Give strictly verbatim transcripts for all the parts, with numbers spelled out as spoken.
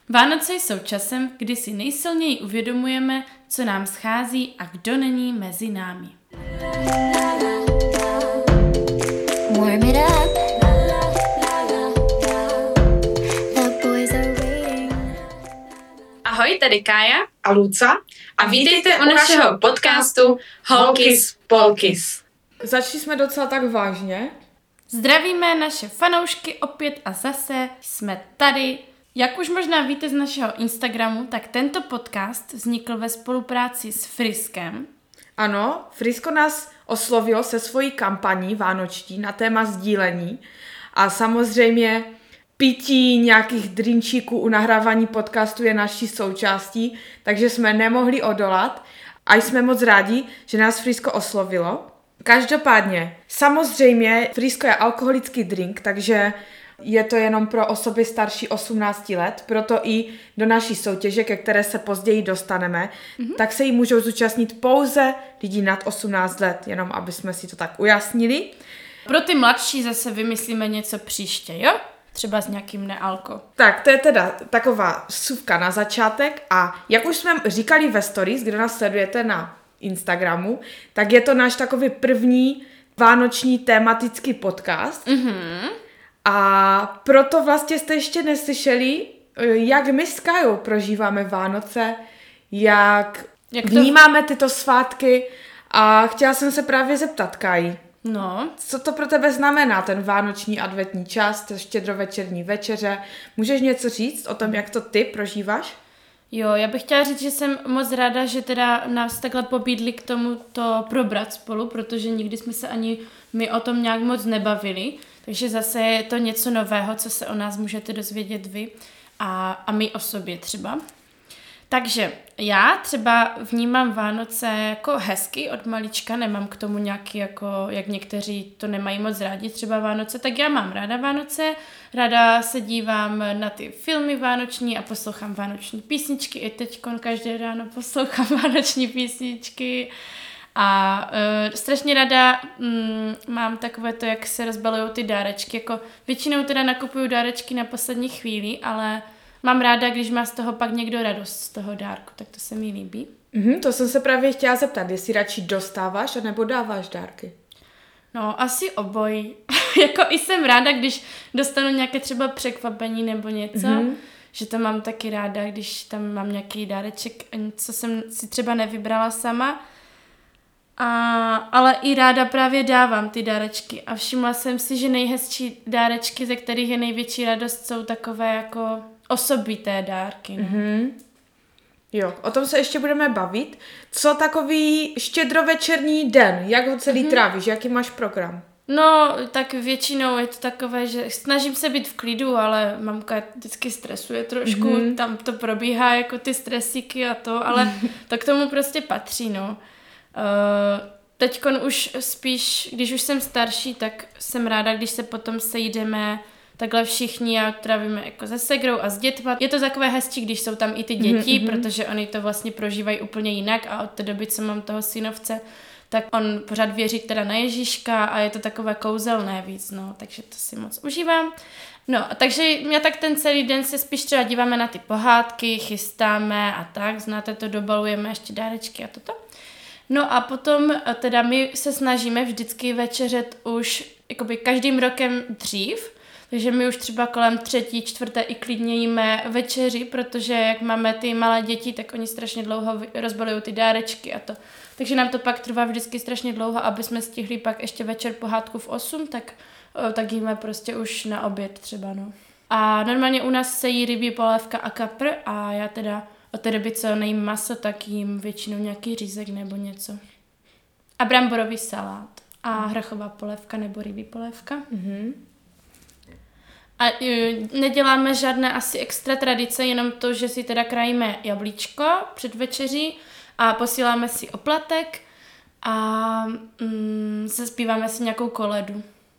Vánoce jsou časem, kdy si nejsilněji uvědomujeme, co nám schází a kdo není mezi námi. Warm it up. Ahoj, tady Kája a Luca a vítejte u našeho podcastu Holkys Polkys. Začali jsme docela tak vážně. Zdravíme naše fanoušky opět a zase jsme tady. Jak už možná víte z našeho Instagramu, tak tento podcast vznikl ve spolupráci s Friskem. Ano, Frisko nás oslovilo se svojí kampaní vánoční na téma sdílení a samozřejmě pití nějakých drinčíků u nahrávání podcastu je naší součástí, takže jsme nemohli odolat a jsme moc rádi, že nás Frisko oslovilo. Každopádně, samozřejmě Frisko je alkoholický drink, takže je to jenom pro osoby starší osmnáct let, proto i do naší soutěže, ke které se později dostaneme, mm-hmm. tak se jí můžou zúčastnit pouze lidi nad osmnáct let, jenom aby jsme si to tak ujasnili. Pro ty mladší zase vymyslíme něco příště, jo? Třeba s nějakým nealko. Tak, to je teda taková vsuvka na začátek a jak už jsme říkali ve stories, kde nás sledujete na Instagramu, tak je to náš takový první vánoční tematický podcast. Mm-hmm. A proto vlastně jste ještě neslyšeli, jak my s Kajou prožíváme Vánoce, jak, jak to... vnímáme tyto svátky a chtěla jsem se právě zeptat, Kaji. No. Co to pro tebe znamená, ten vánoční adventní čas, to štědrovečerní večeře? Můžeš něco říct o tom, jak to ty prožíváš? Jo, já bych chtěla říct, že jsem moc ráda, že teda nás takhle pobídli k tomu to probrat spolu, protože nikdy jsme se ani my o tom nějak moc nebavili, takže zase je to něco nového, co se o nás můžete dozvědět vy a, a my o sobě třeba. Takže já třeba vnímám Vánoce jako hezky od malička, nemám k tomu nějaký jako, jak někteří to nemají moc rádi třeba Vánoce, tak já mám ráda Vánoce, ráda se dívám na ty filmy vánoční a poslouchám vánoční písničky, i teďkon každé ráno poslouchám vánoční písničky a uh, strašně ráda um, mám takové to, jak se rozbalují ty dárečky, jako většinou teda nakupuju dárečky na poslední chvíli, ale mám ráda, když má z toho pak někdo radost z toho dárku, tak to se mi líbí. Mm-hmm, to jsem se právě chtěla zeptat, jestli radši dostáváš nebo dáváš dárky. No, asi obojí. Jako i jsem ráda, když dostanu nějaké třeba překvapení nebo něco, mm-hmm. že to mám taky ráda, když tam mám nějaký dáreček, co jsem si třeba nevybrala sama. A, ale i ráda právě dávám ty dárečky a všimla jsem si, že nejhezčí dárečky, ze kterých je největší radost, jsou takové jako osobité dárky. No. Mm-hmm. Jo, o tom se ještě budeme bavit. Co takový štědrovečerní den? Jak ho celý mm-hmm. trávíš? Jaký máš program? No, tak většinou je to takové, že snažím se být v klidu, ale mamka vždycky stresuje trošku, mm-hmm. tam to probíhá jako ty stresíky a to, ale to k tomu prostě patří, no. Uh, teďkon už spíš, když už jsem starší, tak jsem ráda, když se potom sejdeme takhle všichni a trávíme jako se segrou a s dětma. Je to takové hezčí, když jsou tam i ty děti, mm-hmm. protože oni to vlastně prožívají úplně jinak a od té doby, co mám toho synovce, tak on pořád věří teda na Ježíška a je to takové kouzelné víc, no, takže to si moc užívám. No, takže mě tak ten celý den se spíš třeba díváme na ty pohádky, chystáme a tak, znáte to, dobalujeme ještě dárečky a toto. No a potom teda my se snažíme vždycky večeřet už jakoby každým rokem dřív, takže my už třeba kolem třetí, čtvrté i klidně jíme večeři, protože jak máme ty malé děti, tak oni strašně dlouho rozbalují ty dárečky a to. Takže nám to pak trvá vždycky strašně dlouho, aby jsme stihli pak ještě večer pohádku v osm, tak, tak jíme prostě už na oběd třeba, no. A normálně u nás se jí rybí polévka a kapr a já teda od té doby, co nejím maso, tak jím většinou nějaký řízek nebo něco. A bramborový salát a hrachová polévka nebo rybí polévka. Mm-hmm. A uh, neděláme žádné asi extra tradice, jenom to, že si teda krajíme jablíčko před večeří a posíláme si oplatek a um, zaspíváme si nějakou koledu.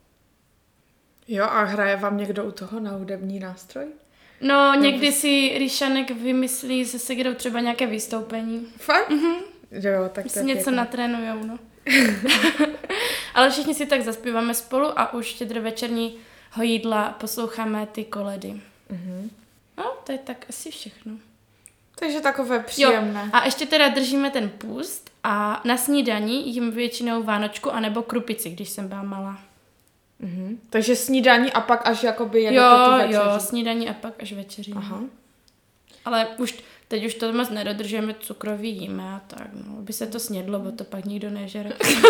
Jo, a hraje vám někdo u toho na hudební nástroj? No, někdy si Ríšanek vymyslí se segrou třeba nějaké vystoupení. Fakt? Mhm. Jo, tak to si něco pěkný. natrénujou, no. Ale všichni si tak zaspíváme spolu a už štědrovečerního jídla posloucháme ty koledy. Mhm. No, to je tak asi všechno. Takže takové příjemné. Jo, a ještě teda držíme ten půst a na snídani jím většinou vánočku anebo krupici, když jsem byla malá. Mhm. Takže snídaní a pak až jakoby jedete tu večeři. Jo, jo, snídaní a pak až večeři. Aha. Ale už, teď už to moc nedodržujeme, cukroví jíme a tak, no, aby se to snědlo, bo to pak nikdo nežere.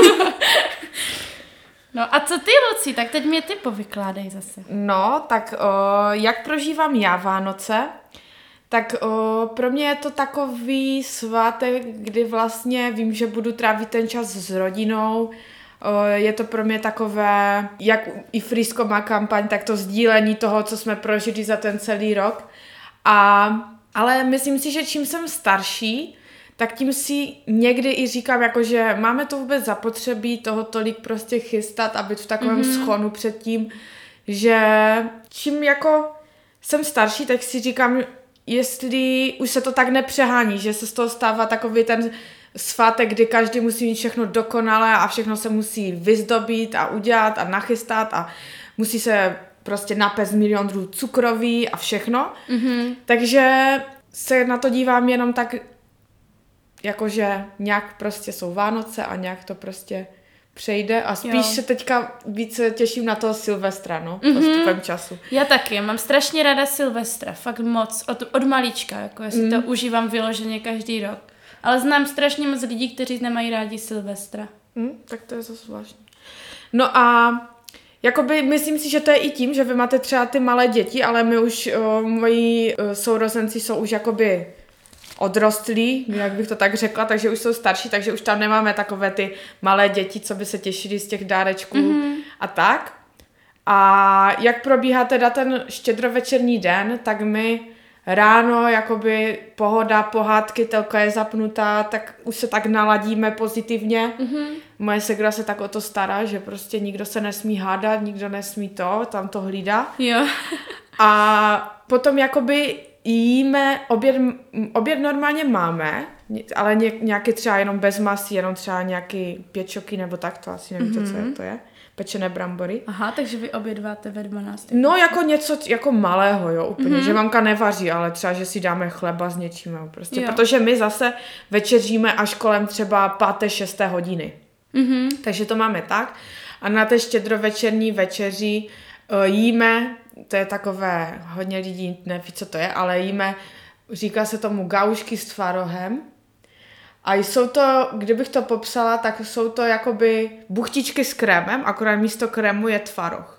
No a co ty, Luci, tak teď mě ty povykládej zase. No, tak o, jak prožívám já Vánoce, tak o, pro mě je to takový svátek, kdy vlastně vím, že budu trávit ten čas s rodinou. O, je to pro mě takové, jak i Frisko má kampaň, tak to sdílení toho, co jsme prožili za ten celý rok. A, ale myslím si, že čím jsem starší, tak tím si někdy i říkám, jako, že máme to vůbec zapotřebí toho tolik prostě chystat a být v takovém mm-hmm. schonu před tím, že čím jako jsem starší, tak si říkám, jestli už se to tak nepřehání, že se z toho stává takový ten svátek, kdy každý musí mít všechno dokonalé a všechno se musí vyzdobit a udělat a nachystat a musí se prostě napést milion druhů cukroví a všechno. Mm-hmm. Takže se na to dívám jenom tak, jakože nějak prostě jsou Vánoce a nějak to prostě přejde a spíš jo. se teďka více těším na toho Silvestra, no, mm-hmm. postupem času. Já taky, mám strašně ráda Silvestra, fakt moc, od, od malička, jako já si mm. to užívám vyloženě každý rok. Ale znám strašně moc lidí, kteří nemají rádi Silvestra. Mm, tak to je zase zvláštní. No a jakoby myslím si, že to je i tím, že vy máte třeba ty malé děti, ale my už, o, moji o, sourozenci jsou už jakoby odrostlí, jak bych to tak řekla, takže už jsou starší, takže už tam nemáme takové ty malé děti, co by se těšili z těch dárečků mm-hmm. a tak. A jak probíhá teda ten štědrovečerní den, tak my ráno jakoby pohoda, pohádky, telka je zapnutá, tak už se tak naladíme pozitivně. Mm-hmm. Moje segra se tak o to stará, že prostě nikdo se nesmí hádat, nikdo nesmí to, tam to hlídá. Jo. A potom jakoby jíme, oběd, oběd normálně máme, ale ně, nějaký třeba jenom bez masy, jenom třeba nějaký pěčoky nebo tak, to asi nevíte, mm-hmm. co je, to je. Pečené brambory. Aha, takže vy obědváte ve dvanáct. No jako něco jako malého, jo, úplně, mm-hmm. že mamka nevaří, ale třeba, že si dáme chleba s něčím, jo, prostě, jo. Protože my zase večeříme až kolem třeba páté, šesté hodiny. Mm-hmm. Takže to máme tak. A na té štědrovečerní večeři uh, jíme, to je takové, hodně lidí neví, co to je, ale jíme, říká se tomu gaušky s tvarohem. A jsou to, kdybych to popsala, tak jsou to jakoby buchtičky s krémem, akorát místo krému je tvaroh.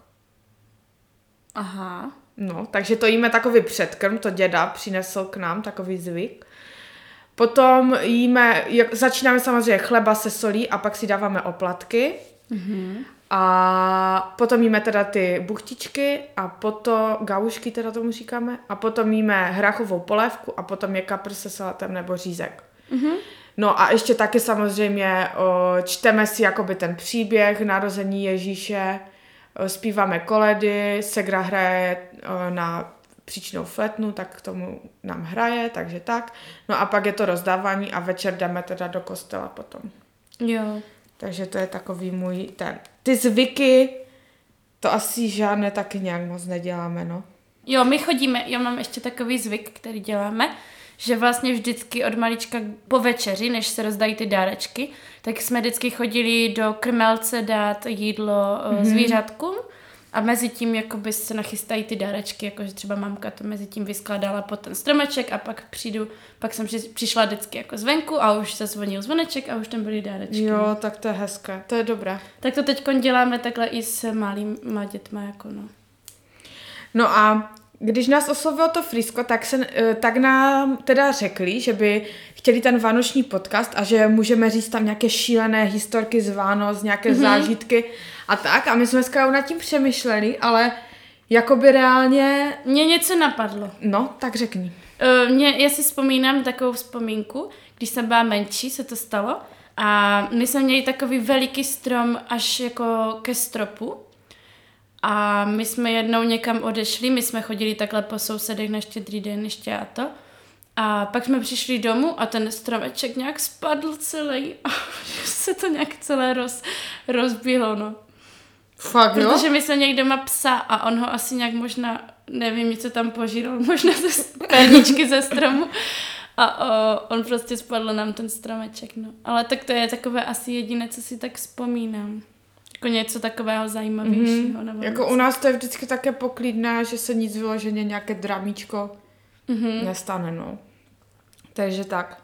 Aha. No, takže to jíme takový předkrm, to děda přinesl k nám, takový zvyk. Potom jíme, začínáme samozřejmě chleba se solí a pak si dáváme oplatky. Mhm. A potom jíme teda ty buchtičky a potom gaušky teda tomu říkáme a potom jíme hrachovou polévku a potom je kapr se salátem nebo řízek. Mhm. No a ještě taky samozřejmě o, čteme si jakoby ten příběh narození Ježíše, o, zpíváme koledy, segra hraje o, na příčnou fletnu, tak k tomu nám hraje, takže tak. No a pak je to rozdávání a večer jdeme teda do kostela potom. Jo. Takže to je takový můj ten. Ty zvyky, to asi žádné taky nějak moc neděláme, no. Jo, my chodíme, já mám ještě takový zvyk, který děláme, že vlastně vždycky od malička po večeři, než se rozdají ty dárečky, tak jsme vždycky chodili do krmelce dát jídlo mm-hmm. zvířatkům a mezi tím jakoby se nachystají ty dárečky, jakože třeba mamka to mezi tím vyskládala pod ten stromeček a pak přijdu, pak jsem přišla vždycky jako zvenku a už se zvonil zvoneček a už tam byly dárečky. Jo, tak to je hezké, to je dobré. Tak to teď děláme takhle i s malýma dětma, jako no. No a když nás oslovilo to Frisko, tak, se, tak nám teda řekli, že by chtěli ten vánoční podcast a že můžeme říct tam nějaké šílené historky z Vánoc, nějaké mm-hmm. zážitky a tak. A my jsme s Kajou nad tím přemýšleli, ale jakoby reálně... Mně něco napadlo. No, tak řekni. Uh, mě, já si vzpomínám takovou vzpomínku, když jsem byla menší, se to stalo a my jsme měli takový veliký strom až jako ke stropu. A my jsme jednou někam odešli, my jsme chodili takhle po sousedech na Štědrý den ještě a to. A pak jsme přišli domů a ten stromeček nějak spadl celý a se to nějak celé roz, rozbilo, no. Fakt, jo? Protože my jsme někde doma psa a on ho asi nějak možná nevím, něco tam požíral, možná ze perničky ze stromu. A o, on prostě spadl nám ten stromeček, no. Ale tak to je takové asi jediné, co si tak vzpomínám. Jako něco takového zajímavějšího. Mm-hmm. Jako u nás to je vždycky také poklidné, že se nic vyloženě, nějaké dramíčko mm-hmm. nestane, no. Takže tak.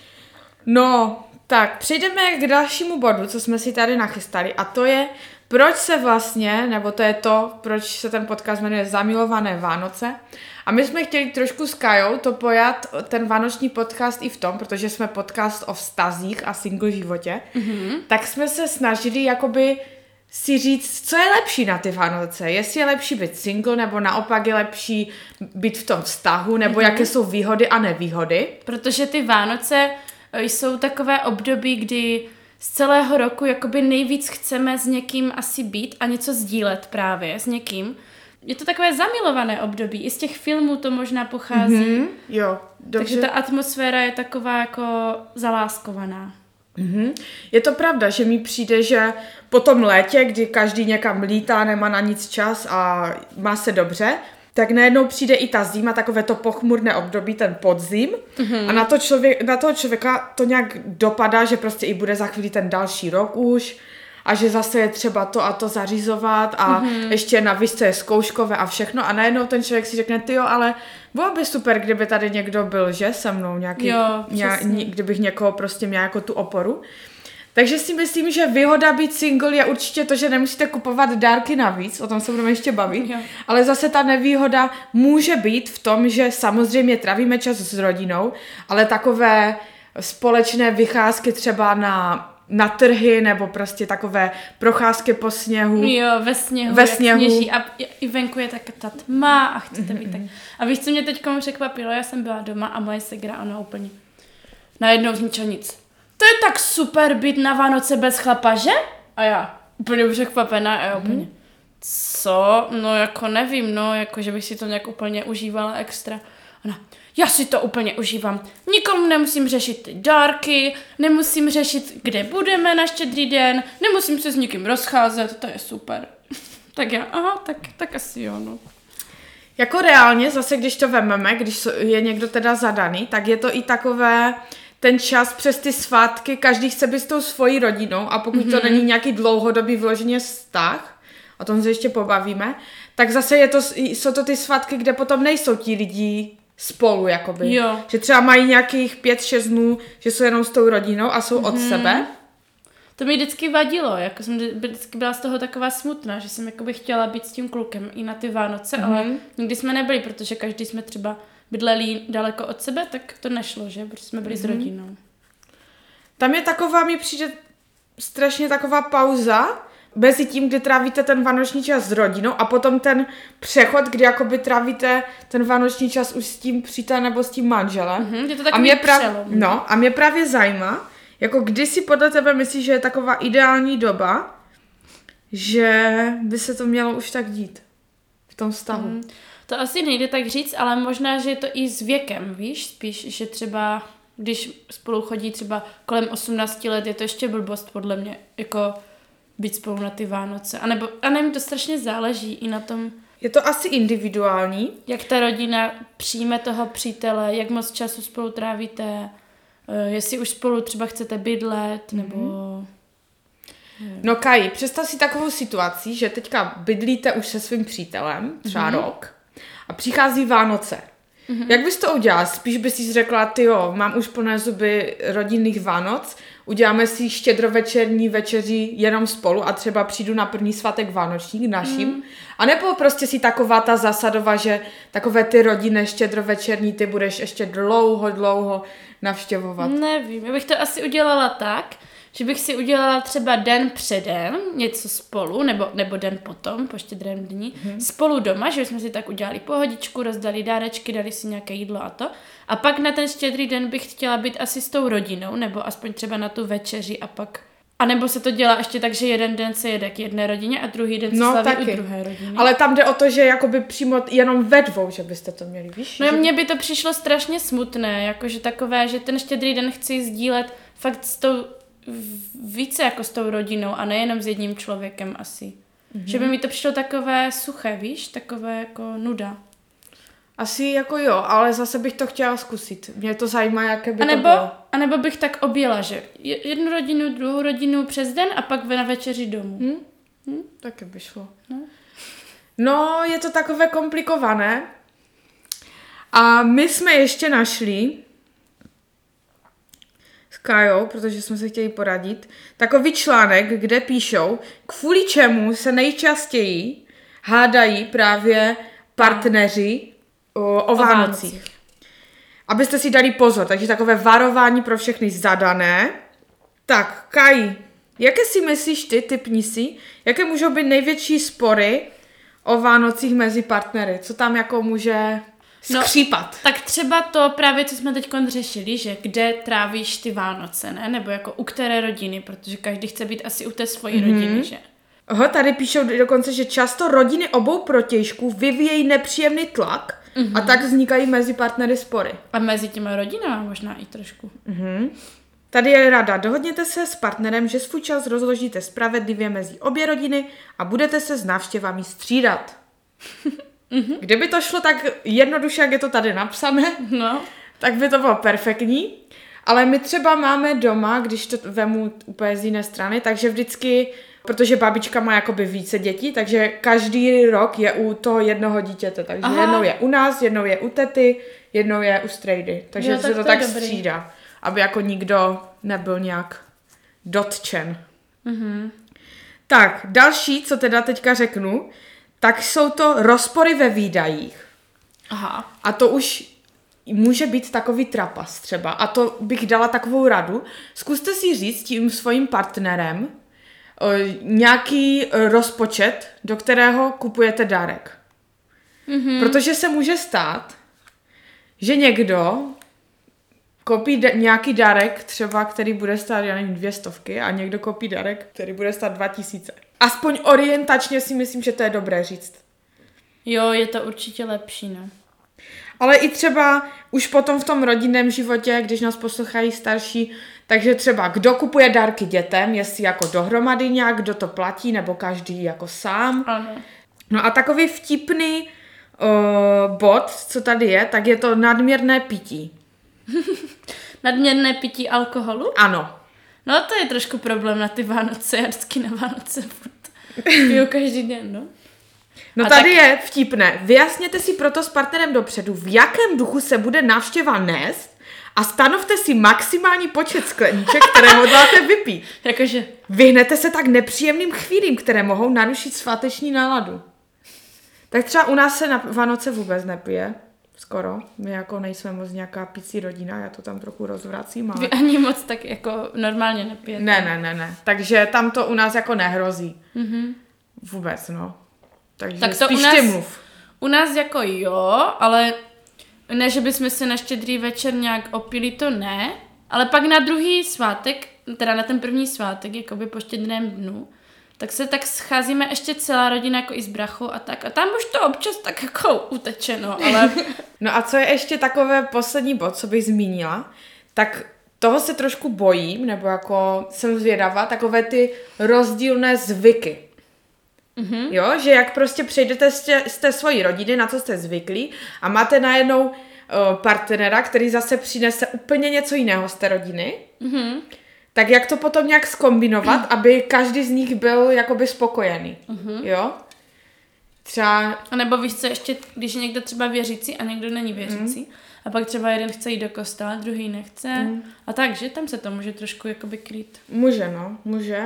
No, tak, přejdeme k dalšímu bodu, co jsme si tady nachystali, a to je, proč se vlastně, nebo to je to, proč se ten podcast jmenuje Zamilované Vánoce. A my jsme chtěli trošku s Kajou to pojat, ten vánoční podcast i v tom, protože jsme podcast o vztazích a single životě, mm-hmm. tak jsme se snažili jakoby si říct, co je lepší na ty Vánoce. Jestli je lepší být single, nebo naopak je lepší být v tom vztahu, nebo mm-hmm. jaké jsou výhody a nevýhody. Protože ty Vánoce jsou takové období, kdy z celého roku jakoby nejvíc chceme s někým asi být a něco sdílet právě s někým. Je to takové zamilované období. I z těch filmů to možná pochází. Mm-hmm, jo, dobře. Takže ta atmosféra je taková jako zaláskovaná. Mm-hmm. Je to pravda, že mi přijde, že po tom létě, kdy každý někam lítá, nemá na nic čas a má se dobře, tak najednou přijde i ta zima, takové to pochmurné období, ten podzim. Mm-hmm. A na, to člověk, na toho člověka to nějak dopadá, že prostě i bude za chvíli ten další rok už a že zase je třeba to a to zařizovat a mm-hmm. ještě navíc to je zkouškové a všechno. A najednou ten člověk si řekne, tyjo, ale bylo by super, kdyby tady někdo byl, že se mnou, nějaký, jo, ně, kdybych někoho prostě měl jako tu oporu. Takže si myslím, že výhoda být single je určitě to, že nemusíte kupovat dárky navíc, o tom se budeme ještě bavit, jo. Ale zase ta nevýhoda může být v tom, že samozřejmě trávíme čas s rodinou, ale takové společné vycházky třeba na, na trhy nebo prostě takové procházky po sněhu. Jo, ve sněhu, ve sněhu. Sněží a i venku je tak ta tma a chcete být tak. A víš, co mě teď překvapilo? Já jsem byla doma a moje segra, ona úplně najednou z ničeho nic. To je tak super být na Vánoce bez chlapa, že? A já úplně překvapená a já úplně, mm. co? No jako nevím, no, jako že bych si to nějak úplně užívala extra. Ona, já si to úplně užívám. Nikomu nemusím řešit ty dárky, nemusím řešit, kde budeme na Štědrý den, nemusím se s nikým rozcházet, to je super. Tak já, aha, tak, tak asi jo, no. Jako reálně, zase když to vememe, když je někdo teda zadaný, tak je to i takové ten čas přes ty svátky, každý chce být s tou svojí rodinou a pokud mm-hmm. to není nějaký dlouhodobý vloženě vztah, o tom se ještě pobavíme, tak zase je to, jsou to ty svátky, kde potom nejsou ti lidi spolu, jakoby. Jo. Že třeba mají nějakých pět, šest dnů, že jsou jenom s tou rodinou a jsou mm-hmm. od sebe. To mi vždycky vadilo, jako jsem vždycky byla z toho taková smutná, že jsem jakoby chtěla být s tím klukem i na ty Vánoce, mm-hmm. ale nikdy jsme nebyli, protože každý jsme třeba bydleli daleko od sebe, tak to nešlo, že? Protože jsme byli mm-hmm. s rodinou. Tam je taková, mi přijde strašně taková pauza mezi tím, kdy trávíte ten vánoční čas s rodinou a potom ten přechod, kdy jakoby trávíte ten vánoční čas už s tím přítelem nebo s tím manželem. Mm-hmm, je to takový a mě přelom. Prav... No, a mě právě zajímá, jako kdy si podle tebe myslíš, že je taková ideální doba, že by se to mělo už tak dít v tom vztahu. Mm. To asi nejde tak říct, ale možná, že je to i s věkem, víš, spíš, že třeba, když spolu chodí třeba kolem osmnácti let, je to ještě blbost podle mě, jako být spolu na ty Vánoce. A nebo, a nevím, to strašně záleží i na tom. Je to asi individuální. Jak ta rodina přijme toho přítele, jak moc času spolu trávíte, jestli už spolu třeba chcete bydlet, nebo... Mm-hmm. No Kaji, představ si takovou situaci, že teďka bydlíte už se svým přítelem, třeba mm-hmm. rok, a přichází Vánoce. Mm-hmm. Jak bys to udělala? Spíš bys si řekla, tyjo, mám už plné zuby rodinných Vánoc, uděláme si štědrovečerní večeři jenom spolu a třeba přijdu na první svátek vánoční k našim. Mm. A nebo prostě si taková ta zásadová, že takové ty rodinné štědrovečerní ty budeš ještě dlouho, dlouho navštěvovat. Nevím, já bych to asi udělala tak, že bych si udělala třeba den předem něco spolu, nebo, nebo den potom, po Štědrém dni, hmm. spolu doma, že jsme si tak udělali pohodičku, rozdali dárečky, dali si nějaké jídlo a to. A pak na ten Štědrý den bych chtěla být asi s tou rodinou, nebo aspoň třeba na tu večeři a pak... A nebo se to dělá ještě tak, že jeden den se jede k jedné rodině a druhý den se no, slaví taky. u druhé rodiny. Ale tam jde o to, že jakoby přímo jenom ve dvou, že byste to měli, víš? No že... mně by to přišlo strašně smutné, jakože takové, že ten Štědrý den chci sdílet fakt s tou více jako s tou rodinou a nejenom s jedním člověkem asi. Mm-hmm. Že by mi to přišlo takové suché, víš? Takové jako nuda. Asi jako jo, ale zase bych to chtěla zkusit. Mě to zajímá, jaké by a nebo, to bylo. A nebo bych tak objela, že jednu rodinu, druhou rodinu přes den a pak na večeři domů. Hm? Hm? Taky by šlo. No. no, je to takové komplikované. A my jsme ještě našli s Kajou, protože jsme se chtěli poradit, takový článek, kde píšou, kvůli čemu se nejčastěji hádají právě partneři o, o, o Vánocích. Vánocích. Abyste si dali pozor, takže takové varování pro všechny zadané. Tak, Kaj, jaké si myslíš ty, typni si, jaké můžou být největší spory o Vánocích mezi partnery? Co tam jako může skřípat? No, tak třeba to právě, co jsme teď řešili, že kde trávíš ty Vánoce, ne? Nebo jako u které rodiny, protože každý chce být asi u té svojí mm-hmm. rodiny, že? Aha, tady píšou dokonce, že často rodiny obou protějšků vyvíjejí nepříjemný tlak mm-hmm. a tak vznikají mezi partnery spory. A mezi těma rodinami možná i trošku. Mm-hmm. Tady je rada, dohodněte se s partnerem, že svůj čas rozložíte spravedlivě mezi obě rodiny a budete se s návštěvami střídat. Mm-hmm. Kdyby to šlo tak jednoduše, jak je to tady napsané, no. tak by to bylo perfektní. Ale my třeba máme doma, když to vemu úplně z jiné strany, takže vždycky, protože babička má jakoby více dětí, takže každý rok je u toho jednoho dítěte. Takže Aha. jednou je u nás, jednou je u tety, jednou je u strejdy. Takže jo, se to, to tak dobrý. Střídá, aby jako nikdo nebyl nějak dotčen. Mm-hmm. Tak, další, co teda teďka řeknu, tak jsou to rozpory ve výdajích. Aha. A to už může být takový trapas třeba. A to bych dala takovou radu. Zkuste si říct tím svým partnerem o, nějaký rozpočet, do kterého kupujete dárek. Mm-hmm. Protože se může stát, že někdo koupí d- nějaký dárek, třeba který bude stát, já nevím, dvě stovky a někdo koupí dárek, který bude stát dva tisíce. Aspoň orientačně si myslím, že to je dobré říct. Jo, je to určitě lepší, no. Ale i třeba už potom v tom rodinném životě, když nás poslouchají starší, takže třeba kdo kupuje dárky dětem, jestli jako dohromady nějak, kdo to platí, nebo každý jako sám. Ano. No a takový vtipný uh, bod, co tady je, tak je to nadměrné pití. Nadměrné pití alkoholu? Ano. No to je trošku problém na ty Vánoce, já vždycky na Vánoce piju každý den, no. No a tady tak... je vtipné. Vyjasněte si proto s partnerem dopředu, v jakém duchu se bude návštěva nést a stanovte si maximální počet skleníček, které hodláte vypít. Jakože... Vyhnete se tak nepříjemným chvílím, které mohou narušit sváteční náladu. Tak třeba u nás se na Vánoce vůbec nepije. Skoro. My jako nejsme moc nějaká picí rodina, já to tam trochu rozvracím. Ale... Vy ani moc tak jako normálně nepijete. Ne, ne, ne, ne. Takže tam to u nás jako nehrozí. Mm-hmm. Vůbec, no. Takže tak to spíš u nás, ty mluv. U nás jako jo, ale ne, že bychom se na Štědrý večer nějak opili, to ne. Ale pak na druhý svátek, teda na ten první svátek, jakoby po Štědrém dnu, tak se tak scházíme ještě celá rodina jako i s brachou a tak. A tam už to občas tak jako uteče, no, ale... No a co je ještě takové poslední bod, co bych zmínila, tak toho se trošku bojím, nebo jako jsem zvědavá, takové ty rozdílné zvyky. Mm-hmm. Jo, že jak prostě přejdete z, tě, z té svojí rodiny, na co jste zvyklí a máte najednou uh, partnera, který zase přinese úplně něco jiného z té rodiny, mm-hmm. tak jak to potom nějak zkombinovat, mm. aby každý z nich byl jakoby spokojený, mm-hmm. jo? Třeba... A nebo víš co, ještě, když je někdo třeba věřící a někdo není věřící, mm. a pak třeba jeden chce jít do kostela, druhý nechce, mm. a tak, že tam se to může trošku jakoby krýt. Může, no, může.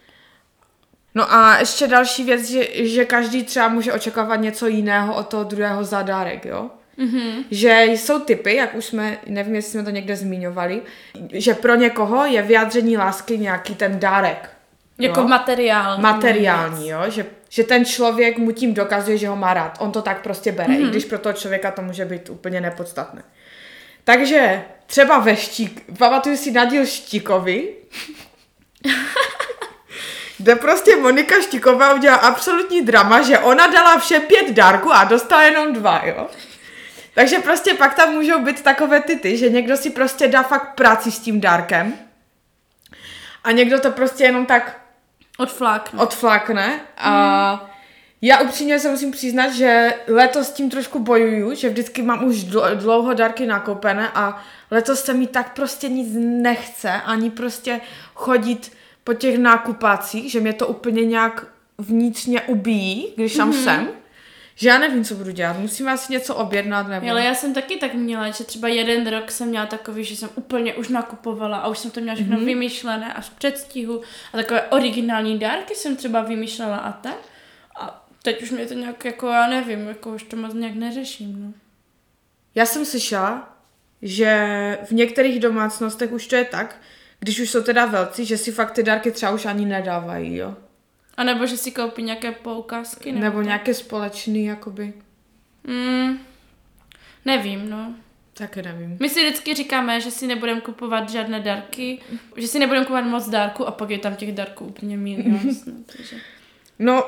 No a ještě další věc, že, že každý třeba může očekávat něco jiného od toho druhého za dárek, jo? Mm-hmm. Že jsou typy, jak už jsme, nevím, jestli jsme to někde zmiňovali, že pro někoho je vyjádření lásky nějaký ten dárek. Jako jo? materiální. Materiální, jo? Že, že ten člověk mu tím dokazuje, že ho má rád. On to tak prostě bere, mm-hmm. i když pro toho člověka to může být úplně nepodstatné. Takže třeba ve Štík, pamatuju si na díl Štíkovi, kde prostě Monika Štíková udělala absolutní drama, že ona dala vše pět dárků a dostala jenom dva, jo. Takže prostě pak tam můžou být takové tyty, že někdo si prostě dá fakt práci s tím dárkem a někdo to prostě jenom tak odflákne, odflákne a mm. Já upřímně se musím přiznat, že letos s tím trošku bojuju, že vždycky mám už dlouho dárky nakoupené a letos se mi tak prostě nic nechce, ani prostě chodit po těch nákupácích, že mě to úplně nějak vnitřně ubíjí, když tam mm-hmm. jsem. Že já nevím, co budu dělat. Musím asi něco objednat, nebo... Ale já jsem taky tak měla, že třeba jeden rok jsem měla takový, že jsem úplně už nakupovala a už jsem to měla všechno mm-hmm. vymyšlené až v předstihu a takové originální dárky jsem třeba vymýšlela a tak. A teď už mě to nějak jako, já nevím, jako už to moc nějak neřeším, no. Já jsem slyšela, že v některých domácnostech už to je tak, když už jsou teda velcí, že si fakt ty dárky třeba už ani nedávají, jo. A nebo že si koupí nějaké poukázky. Nebo, nebo nějaké společný, jakoby. Mm, nevím, no. Taky nevím. My si vždycky říkáme, že si nebudeme kupovat žádné dárky, že si nebudeme kupovat moc dárků a pak je tam těch dárků úplně milion. takže... No,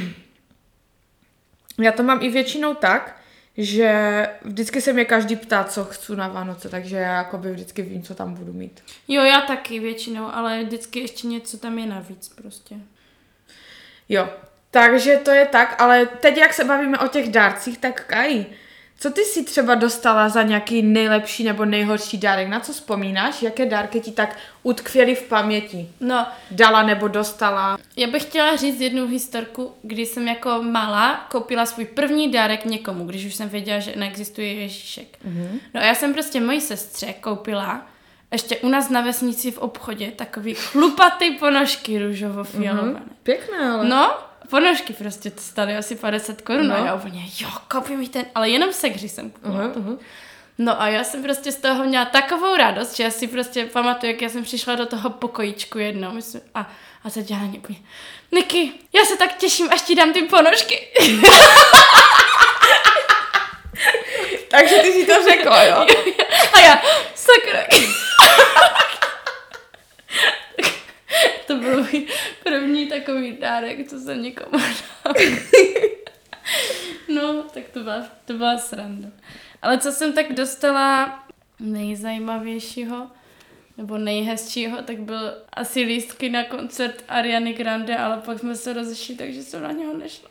já to mám i většinou tak, že vždycky se mě každý ptá, co chci na Vánoce, takže já jakoby vždycky vím, co tam budu mít. Jo, já taky většinou, ale vždycky ještě něco tam je navíc prostě. Jo, takže to je tak, ale teď jak se bavíme o těch dárcích, tak Kai, co ty si třeba dostala za nějaký nejlepší nebo nejhorší dárek? Na co vzpomínáš? Jaké dárky ti tak utkvěly v paměti? No, dala nebo dostala? Já bych chtěla říct jednu historku, kdy jsem jako malá koupila svůj první dárek někomu, když už jsem věděla, že neexistuje Ježíšek. Mm-hmm. No a já jsem prostě mojí sestře koupila ještě u nás na vesnici v obchodě takový chlupatý ponožky růžovo-fialové. Mm-hmm. Pěkné, ale... No, ponožky prostě to stály asi padesát korun no. a já úplně, jo, koupím mi ten, ale jenom segři jsem kupovala. Uh-huh, uh-huh. No a já jsem prostě z toho měla takovou radost, že já si prostě pamatuju, jak já jsem přišla do toho pokojíčku jednou myslím, a, a teď já na ně úplně, Niky, já se tak těším, až ti dám ty ponožky. Takže ty si to řekla, jo? A já, sakra. To byl můj první takový dárek, co jsem někomu dala. No, tak to byla, to byla sranda. Ale co jsem tak dostala nejzajímavějšího, nebo nejhezčího, tak byl asi lístky na koncert Ariany Grande, ale pak jsme se rozešli, takže jsem na něho nešla.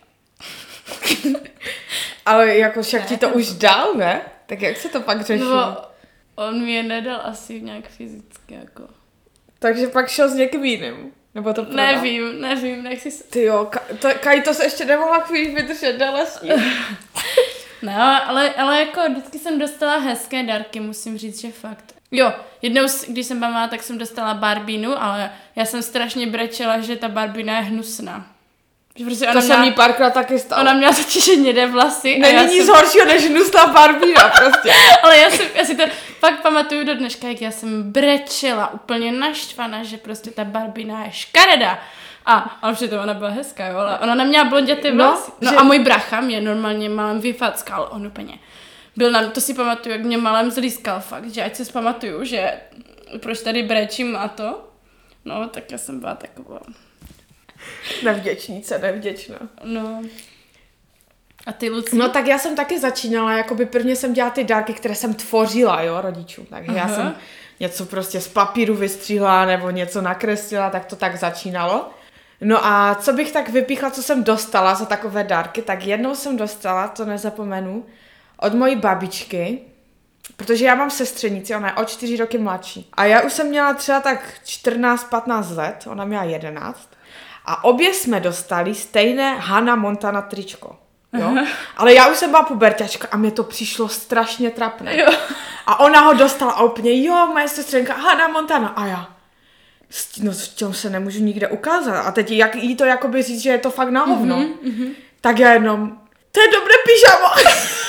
Ale jako však ti to už dal, ne? Tak jak se to pak řešilo? No, on mi je nedal asi nějak fyzicky, jako. Takže pak šel s někým jiným? Nebo to prodal? Nevím, nevím, nechci se... Ty jo, to, Kaj, to se ještě nemohla chvíli vydržet, dala s ním. No, ale, ale jako vždycky jsem dostala hezké dárky, musím říct, že fakt. Jo, jednou, když jsem byla, tak jsem dostala Barbínu, ale já jsem strašně brečela, že ta Barbína je hnusná. Že prostě to se mi párkrát taky stalo. Ona měla totiž hnědé vlasy. Není nic jsem... horšího než hnusná Barbína prostě. Ale já, jsem, já si to fakt pamatuju do dneška, jak já jsem brečela úplně naštvaná, že prostě ta Barbína je škaredá. A, a přitom ona byla hezká, jo, ale ona neměla blonděté vlasy. No, no že... a můj bracha mě normálně malem vyfackal, on úplně. Byl nám, to si pamatuju, jak mě malem zlískal fakt, že ať si zpamatuju, že proč tady brečím a to. No, tak já jsem byla taková... Nevděčnice, nevděčná. No. A ty, Luci? No tak já jsem taky začínala, jakoby prvně jsem dělala ty dárky, které jsem tvořila, jo, rodičům. Takže Aha. já jsem něco prostě z papíru vystřihla nebo něco nakreslila, tak to tak začínalo. No a co bych tak vypíchla, co jsem dostala za takové dárky, tak jednou jsem dostala, to nezapomenu, od mojí babičky, protože já mám sestřenici, ona je o čtyři roky mladší. A já už jsem měla třeba tak čtrnáct patnáct let, ona měla jedenáct. A obě jsme dostali stejné Hannah Montana tričko. Jo? Ale já už jsem byla puberťačka a mě to přišlo strašně trapné. Jo. A ona ho dostala a úplně, jo, moje sestřenka Hannah Montana. A já, no s tím se nemůžu nikde ukázat. A teď jak jí to jakoby říct, že je to fakt na hovno. Mm-hmm, mm-hmm. Tak já jenom, to je dobré pyžamo.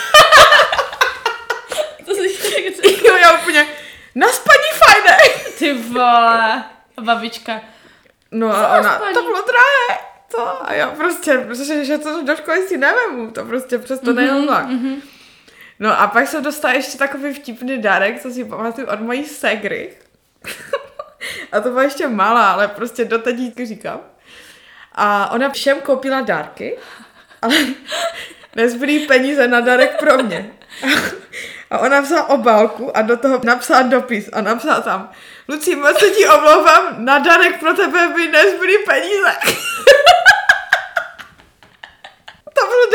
To si jo, já úplně, na spaní fajné. Ty vole, babička. No a ona, to bylo drahé, to a já prostě, protože že to do školy si nevemu, to prostě přesto mm-hmm, nejel tak. Mm-hmm. No a pak jsem dostala ještě takový vtipný dárek, co si pamatuju od mojí segry. A to byla ještě malá, ale prostě do teď říkám. A ona všem koupila dárky, ale nezbyly peníze na dárek pro mě. A ona vzala obálku a do toho napsala dopis a napsala tam: Lucí, moc se ti omlouvám, na dárek pro tebe by nezbyly peníze.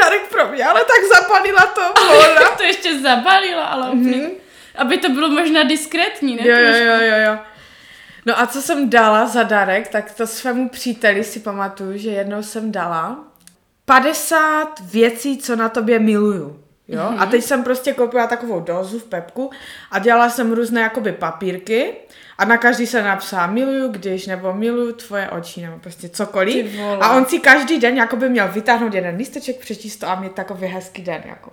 dárek pro mě, ale tak zabalila to. Ona. To ještě zabalila, ale úplně, mm-hmm. aby to bylo možná diskrétní, ne? Jo, jo, jo, jo, jo. No a co jsem dala za dárek, tak to svému příteli si pamatuju, že jednou jsem dala padesát věcí, co na tobě miluju. Jo? Mm-hmm. A teď jsem prostě koupila takovou dózu v Pepku a dělala jsem různé jakoby papírky a na každý se napsala miluju když, nebo miluju tvoje oči, nebo prostě cokoliv. A on si každý den jakoby měl vytáhnout jeden lísteček, přečíst to a mít takový hezký den. Jako.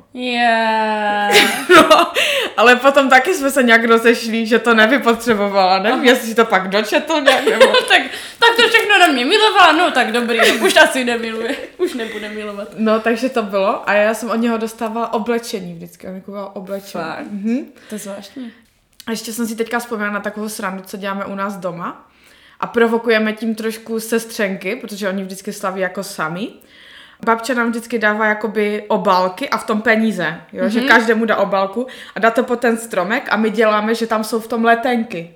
Yeah. No, ale potom taky jsme se nějak rozešli, že to nevypotřebovala. Nevím, Aha. jestli si to pak dočetl nějak, nebo... tak, tak to všechno na mě milovala, no tak dobrý, no, už asi nemiluje, už nebude milovat. No, takže to bylo a já jsem od něho dostávala oblečení vždycky, on mi kupoval oblečení. Mhm. To je zvláštní. A ještě jsem si teďka vzpomněla na takovou srandu, co děláme u nás doma a provokujeme tím trošku sestřenky, protože oni vždycky slaví jako sami. Babča nám vždycky dává jakoby obálky a v tom peníze, jo? Mm-hmm. Že každému dá obálku a dá to pod ten stromek a my děláme, že tam jsou v tom letenky.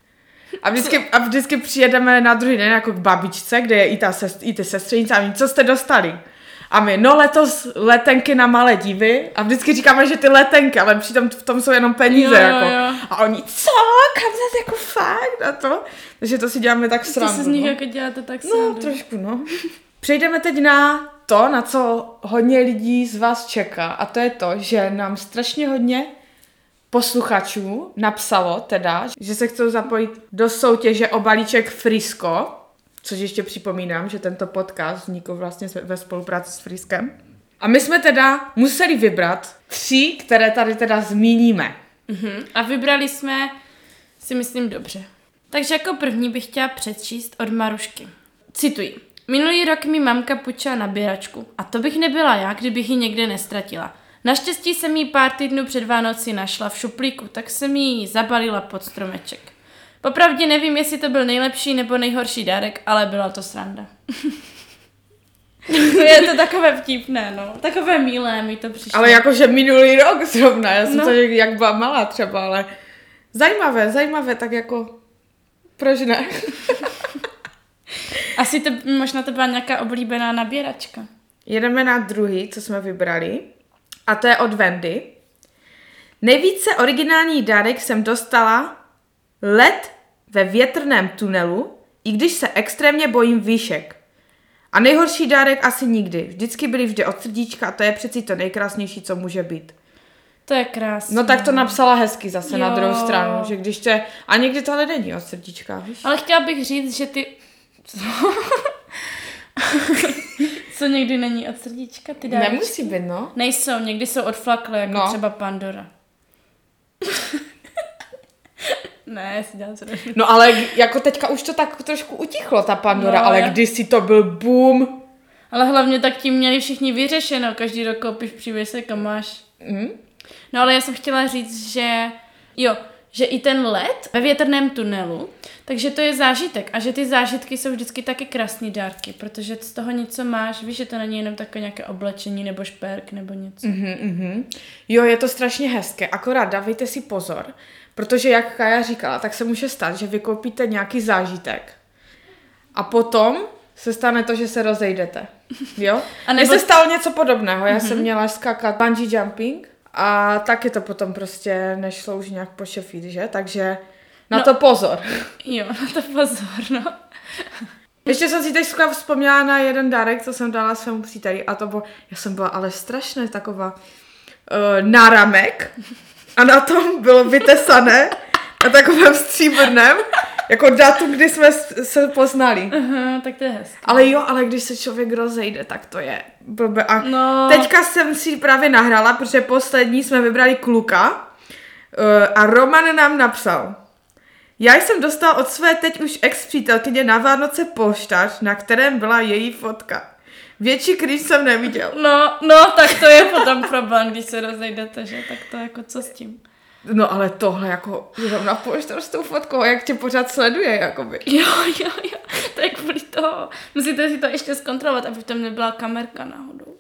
A vždycky, a vždycky přijedeme na druhý den jako k babičce, kde je i, ta sest, i ty sestřenice a my, co jste dostali? A my, no letos letenky na Maledivy a vždycky říkáme, že ty letenky, ale přitom v tom jsou jenom peníze. Jo, jako. Jo. A oni, co? Kam zase jako fakt? A to? Takže to si děláme tak srandu. To se z nich no. jako děláte tak srandu. No, trošku, no. Přejdeme teď na to, na co hodně lidí z vás čeká a to je to, že nám strašně hodně posluchačů napsalo teda, že se chcou zapojit do soutěže o balíček Frisco, což ještě připomínám, že tento podcast vznikl vlastně ve spolupráci s Friskem. A my jsme teda museli vybrat tři, které tady teda zmíníme. Uh-huh. A vybrali jsme, si myslím, dobře. Takže jako první bych chtěla přečíst od Marušky. Cituji. Minulý rok mi mamka půjčila nabíračku a to bych nebyla já, kdybych ji někde nestratila. Naštěstí jsem ji pár týdnů před Vánoci našla v šuplíku, tak jsem ji zabalila pod stromeček. Popravdě nevím, jestli to byl nejlepší nebo nejhorší dárek, ale byla to sranda. Je to takové vtipné, no. Takové milé mi to přišlo. Ale jakože minulý rok zrovna, já jsem no. to, jak byla malá třeba, ale zajímavé, zajímavé, tak jako proč ne? Asi to, možná to byla nějaká oblíbená nabíračka. Jedeme na druhý, co jsme vybrali, a to je od Wendy. Nejvíce originální dárek jsem dostala let ve větrném tunelu, i když se extrémně bojím výšek. A nejhorší dárek asi nikdy. Vždycky byly vždy od srdíčka a to je přeci to nejkrásnější, co může být. To je krásné. No tak to napsala hezky zase jo. Na druhou stranu, že když tě... A někdy to není od srdíčka, víš? Ale chtěla bych říct, že ty... Co? Co někdy není od srdíčka? Ty dárečky? Nemusí být, no. Nejsou, někdy jsou odflaklé, jako no. Třeba Pandora. Ne, si dělám co nevím. No ale jako teďka už to tak trošku utichlo, ta Pandora, no, ale já... kdysi to byl boom. Ale hlavně tak tím měli všichni vyřešeno, každý rok koupíš přívěsek a máš. Mm. No ale já jsem chtěla říct, že jo, že i ten let ve větrném tunelu, takže to je zážitek a že ty zážitky jsou vždycky taky krásný dárky, protože z toho něco máš, víš, že to není jenom takové nějaké oblečení nebo šperk nebo něco. Mm-hmm, mm-hmm. Jo, je to strašně hezké, akorát dávejte si pozor, protože jak Kaja říkala, tak se může stát, že vy koupíte nějaký zážitek a potom se stane to, že se rozejdete. Jo? A nebo... Mně se stalo něco podobného, já mm-hmm. jsem měla skákat bungee jumping a taky to potom prostě nešlo už nějak pošefit, že? Takže na no, to pozor. Jo, na to pozor, no. Ještě jsem si teď vzpomněla na jeden dárek, co jsem dala svému příteli a to bylo, já jsem byla ale strašně taková uh, náramek a na tom bylo vytesané na takovém stříbrném jako datum, kdy jsme se poznali. Aha, tak to je hezké. Ale jo, ale když se člověk rozejde, tak to je blbé. A no. Teďka jsem si právě nahrála, protože poslední jsme vybrali kluka uh, a Roman nám napsal. Já jsem dostal od své teď už ex-přítelkyně na Vánoce poštář, na kterém byla její fotka. Větší cringe jsem neviděl. No, no, tak to je potom problém, když se rozejdete, že? Tak to jako co s tím? No ale tohle jako, zrovna poštář s tou fotkou, jak tě pořád sleduje, jakoby. Jo, jo, jo, to je kvůli toho. Musíte si to ještě zkontrolovat, aby tam nebyla kamerka náhodou.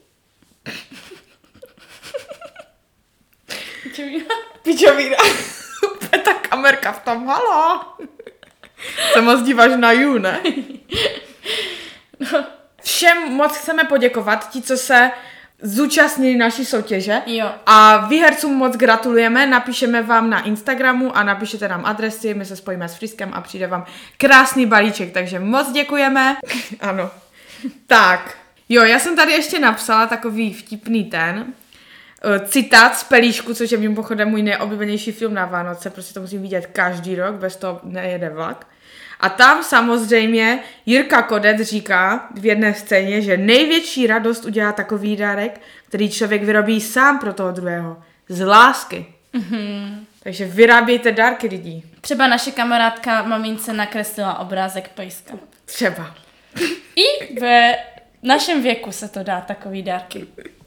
Pičovína. Pičovína. Ta kamerka v tom, halo. Se moc díváš na You, ne? No. Všem moc chceme poděkovat, ti, co se zúčastnili naší soutěže. Jo. A výhercům moc gratulujeme, napíšeme vám na Instagramu a napíšete nám adresy, my se spojíme s Friskem a přijde vám krásný balíček, takže moc děkujeme. Ano. Tak, jo, já jsem tady ještě napsala takový vtipný ten citát z Pelíšku, což je mimochodem můj nejoblíbenější film na Vánoce, prostě to musím vidět každý rok, bez toho nejede vlak. A tam samozřejmě Jirka Kodec říká v jedné scéně, že největší radost udělá takový dárek, který člověk vyrobí sám pro toho druhého. Z lásky. Mm-hmm. Takže vyrábějte dárky lidí. Třeba naše kamarádka mamince nakreslila obrázek pejska. Třeba. I ve našem věku se to dá, takový dárky.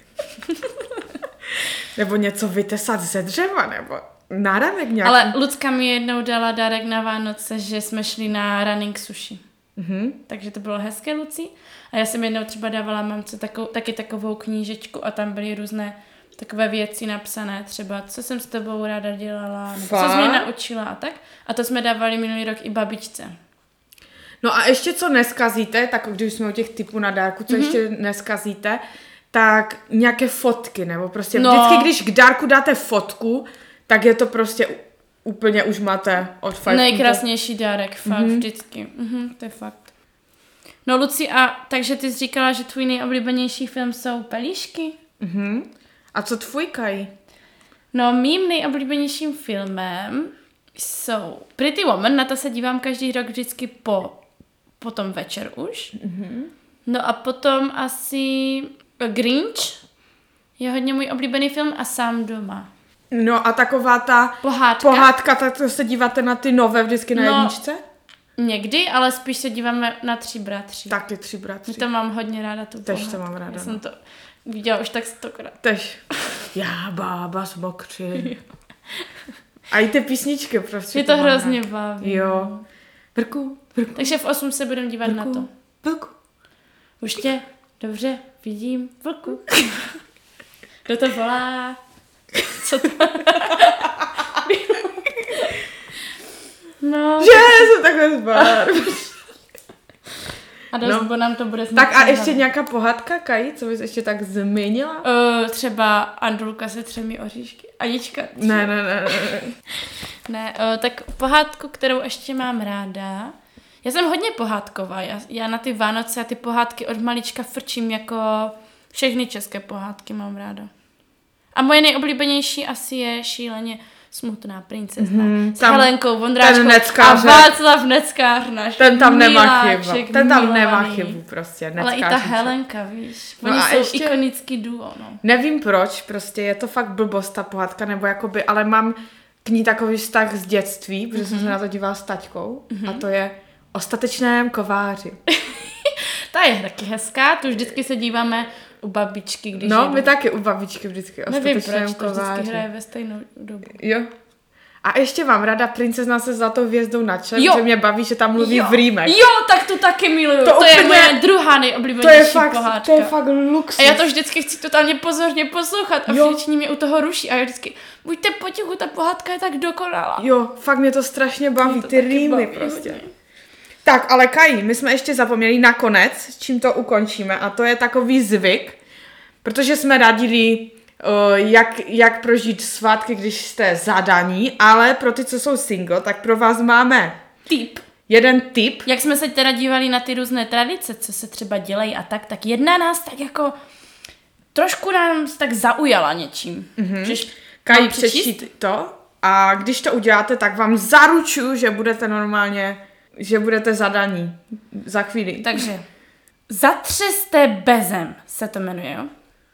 Nebo něco vytesat ze dřeva, nebo náramek nějaký. Ale Lucka mi jednou dala dárek na Vánoce, že jsme šli na running sushi. Mm-hmm. Takže to bylo hezké, Luci. A já jsem jednou třeba dávala mamce takovou, taky takovou knížečku a tam byly různé takové věci napsané, třeba co jsem s tebou ráda dělala, nebo co jsi mě naučila a tak. A to jsme dávali minulý rok i babičce. No a ještě co neskazíte, tak když jsme u těch typů na dárku, co mm-hmm. ještě neskazíte, tak nějaké fotky, nebo prostě no. vždycky, když k dárku dáte fotku, tak je to prostě úplně už máte od fakt. Nejkrásnější dárek, fakt, mm-hmm. vždycky. Mm-hmm, to je fakt. No Luci, a takže ty jsi říkala, že tvůj nejoblíbenější film jsou Pelíšky? Mm-hmm. A co tvůj, Kaj? No mým nejoblíbenějším filmem jsou Pretty Woman, na to se dívám každý rok vždycky po, po tom večer už. Mm-hmm. No a potom asi Grinch je hodně můj oblíbený film a Sám doma. No a taková ta pohádka, pohádka tak to se díváte na ty nové vždycky na no, jedničce? Někdy, ale spíš se díváme na Tři bratři. Tak ty Tři bratři. My to mám hodně ráda, tu Tež to mám ráda. Já jsem to viděla už tak stokrát. Tež. Já bába z mokři. A i ty písničky prostě. Je to hrozně baví. Jo. Vrku, vrku. Takže v osm se budeme dívat vrku, na to. Vrku. Už tě dobře vidím, vlku. Kdo to volá? Co to? No. Že jsem takhle zbar. A dost, no. Bo nám to bude znamenat. Tak a ještě nějaká pohádka, Kaj, co bys ještě tak zmínila? Uh, třeba Andulka se třemi oříšky. Anička. Tři. Ne, ne, ne. Ne, ne uh, tak pohádku, kterou ještě mám ráda. Já jsem hodně pohádková. Já, já na ty Vánoce a ty pohádky od malička frčím jako všechny české pohádky mám ráda. A moje nejoblíbenější asi je Šíleně smutná princezna. Mm, s Helenkou Vondráčkou a Václav Neckář náš. Ten tam nemá chybu. Ten tam nemá chybu prostě. Neckář. Ale i ta Helenka, víš. Oni no jsou ještě ikonický duo, no. Nevím proč, prostě je to fakt blbost ta pohádka, nebo jakoby, ale mám k ní takový vztah z dětství, protože mm-hmm. jsem se na to dívala s taťkou mm-hmm. a to je O statečném kováři. Ta je taky hezká, tu vždycky se díváme u babičky, když No, jedu. my taky u babičky vždycky o Nevím, statečném proč, kováři. to vždycky hraje ve stejnou dobu. Jo. A ještě mám ráda Princezna se zlatou hvězdou na čele, protože mě baví, že tam mluví jo. v rýmech. Jo, tak to taky miluju. To, to úplně, je moje druhá nejoblíbenější to je fakt, pohádka. To je fakt luxus. A já to vždycky chci totálně pozorně poslouchat a jo. všichni mě u toho ruší. A já vždycky, buďte potichu, ta pohádka je tak dokonalá. Jo, fakt mě to strašně baví, to ty rýmy baví, prostě. Hodně. Tak, ale Kaji, my jsme ještě zapomněli nakonec, s čím to ukončíme, a to je takový zvyk, protože jsme radili, uh, jak, jak prožít svátky, když jste zadaní, ale pro ty, co jsou single, tak pro vás máme tip. Jeden tip. Jak jsme se teda dívali na ty různé tradice, co se třeba dělají a tak, tak jedna nás tak jako trošku nám tak zaujala něčím. Mm-hmm. Kaji, přečít to a když to uděláte, tak vám zaručuju, že budete normálně... že budete zadaní za chvíli. Takže Zatřesté bezem se to jmenuje, jo?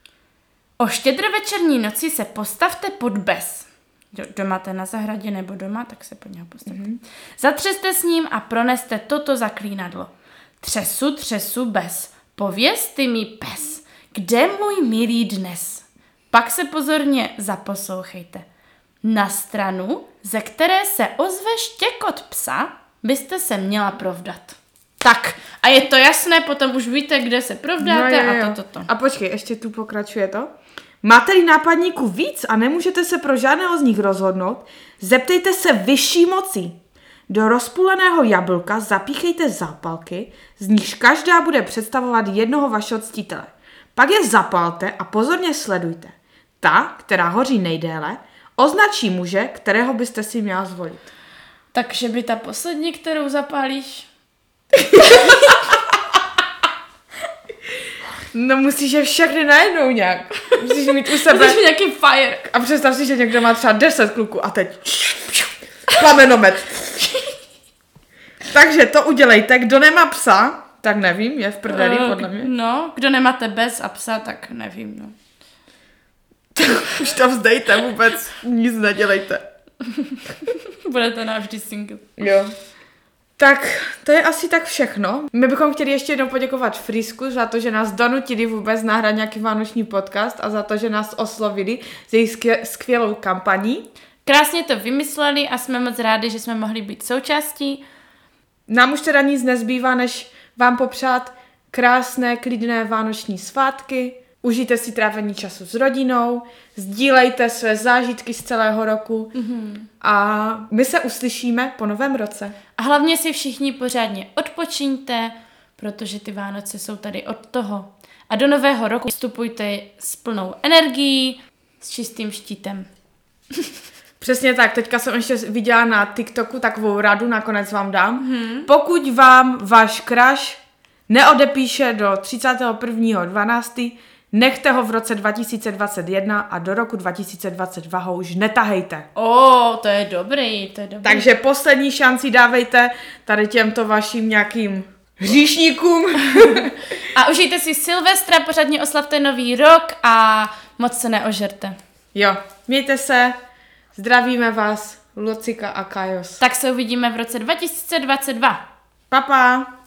O štědrovečerní noci se postavte pod bez. Doma jste na zahradě nebo doma, tak se pod něho postavte. Mm-hmm. Zatřeste s ním a proneste toto zaklínadlo. Třesu, třesu bez, pověz ty mi pes, kde můj milý dnes? Pak se pozorně zaposlouchejte. Na stranu, ze které se ozve štěkot psa, byste se měla provdat. Tak, a je to jasné, potom už víte, kde se provdáte no, jo, jo. a toto. To, to. A počkej, ještě tu pokračuje to. Máte-li nápadníků víc a nemůžete se pro žádného z nich rozhodnout, zeptejte se vyšší moci. Do rozpůleného jablka zapíchejte zápalky, z nichž každá bude představovat jednoho vašeho ctitele. Pak je zapalte a pozorně sledujte. Ta, která hoří nejdéle, označí muže, kterého byste si měla zvolit. Takže by ta poslední, kterou zapálíš? No musíš je všechny najednou nějak. Musíš mít u sebe. Musíš mít nějaký fire. A představ si, že někdo má třeba deset kluků a teď plamenomet. Takže to udělejte. Kdo nemá psa, tak nevím, je v prdeli podle mě. No, kdo nemáte bez a psa, tak nevím, no. Už to vzdejte vůbec, nic nedělejte. Budete navždy single. Jo. Tak to je asi tak všechno. My bychom chtěli ještě jednou poděkovat Frisku za to, že nás donutili vůbec nahrát nějaký vánoční podcast a za to, že nás oslovili s jejich skvělou kampaní. Krásně to vymysleli a jsme moc rádi, že jsme mohli být součástí. Nám už teda nic nezbývá, než vám popřát krásné, klidné vánoční svátky. Užijte si trávení času s rodinou, sdílejte své zážitky z celého roku mm-hmm. a my se uslyšíme po novém roce. A hlavně si všichni pořádně odpočiňte, protože ty Vánoce jsou tady od toho. A do nového roku vstupujte s plnou energií, s čistým štítem. Přesně tak, teďka jsem ještě viděla na TikToku takovou radu, nakonec vám dám. Mm-hmm. Pokud vám váš crush neodepíše do třicátého prvního dvanáctého nechte ho v roce dva tisíce dvacet jedna a do roku dva tisíce dvacet dva ho už netahejte. Ó, to je dobrý, to je dobrý. Takže poslední šanci dávejte tady těmto vašim nějakým hříšníkům. A užijte si Silvestra, pořádně oslavte nový rok a moc se neožerte. Jo, mějte se, zdravíme vás, Lucika a Kajos. Tak se uvidíme v roce dva tisíce dvacet dva. Pa, pa.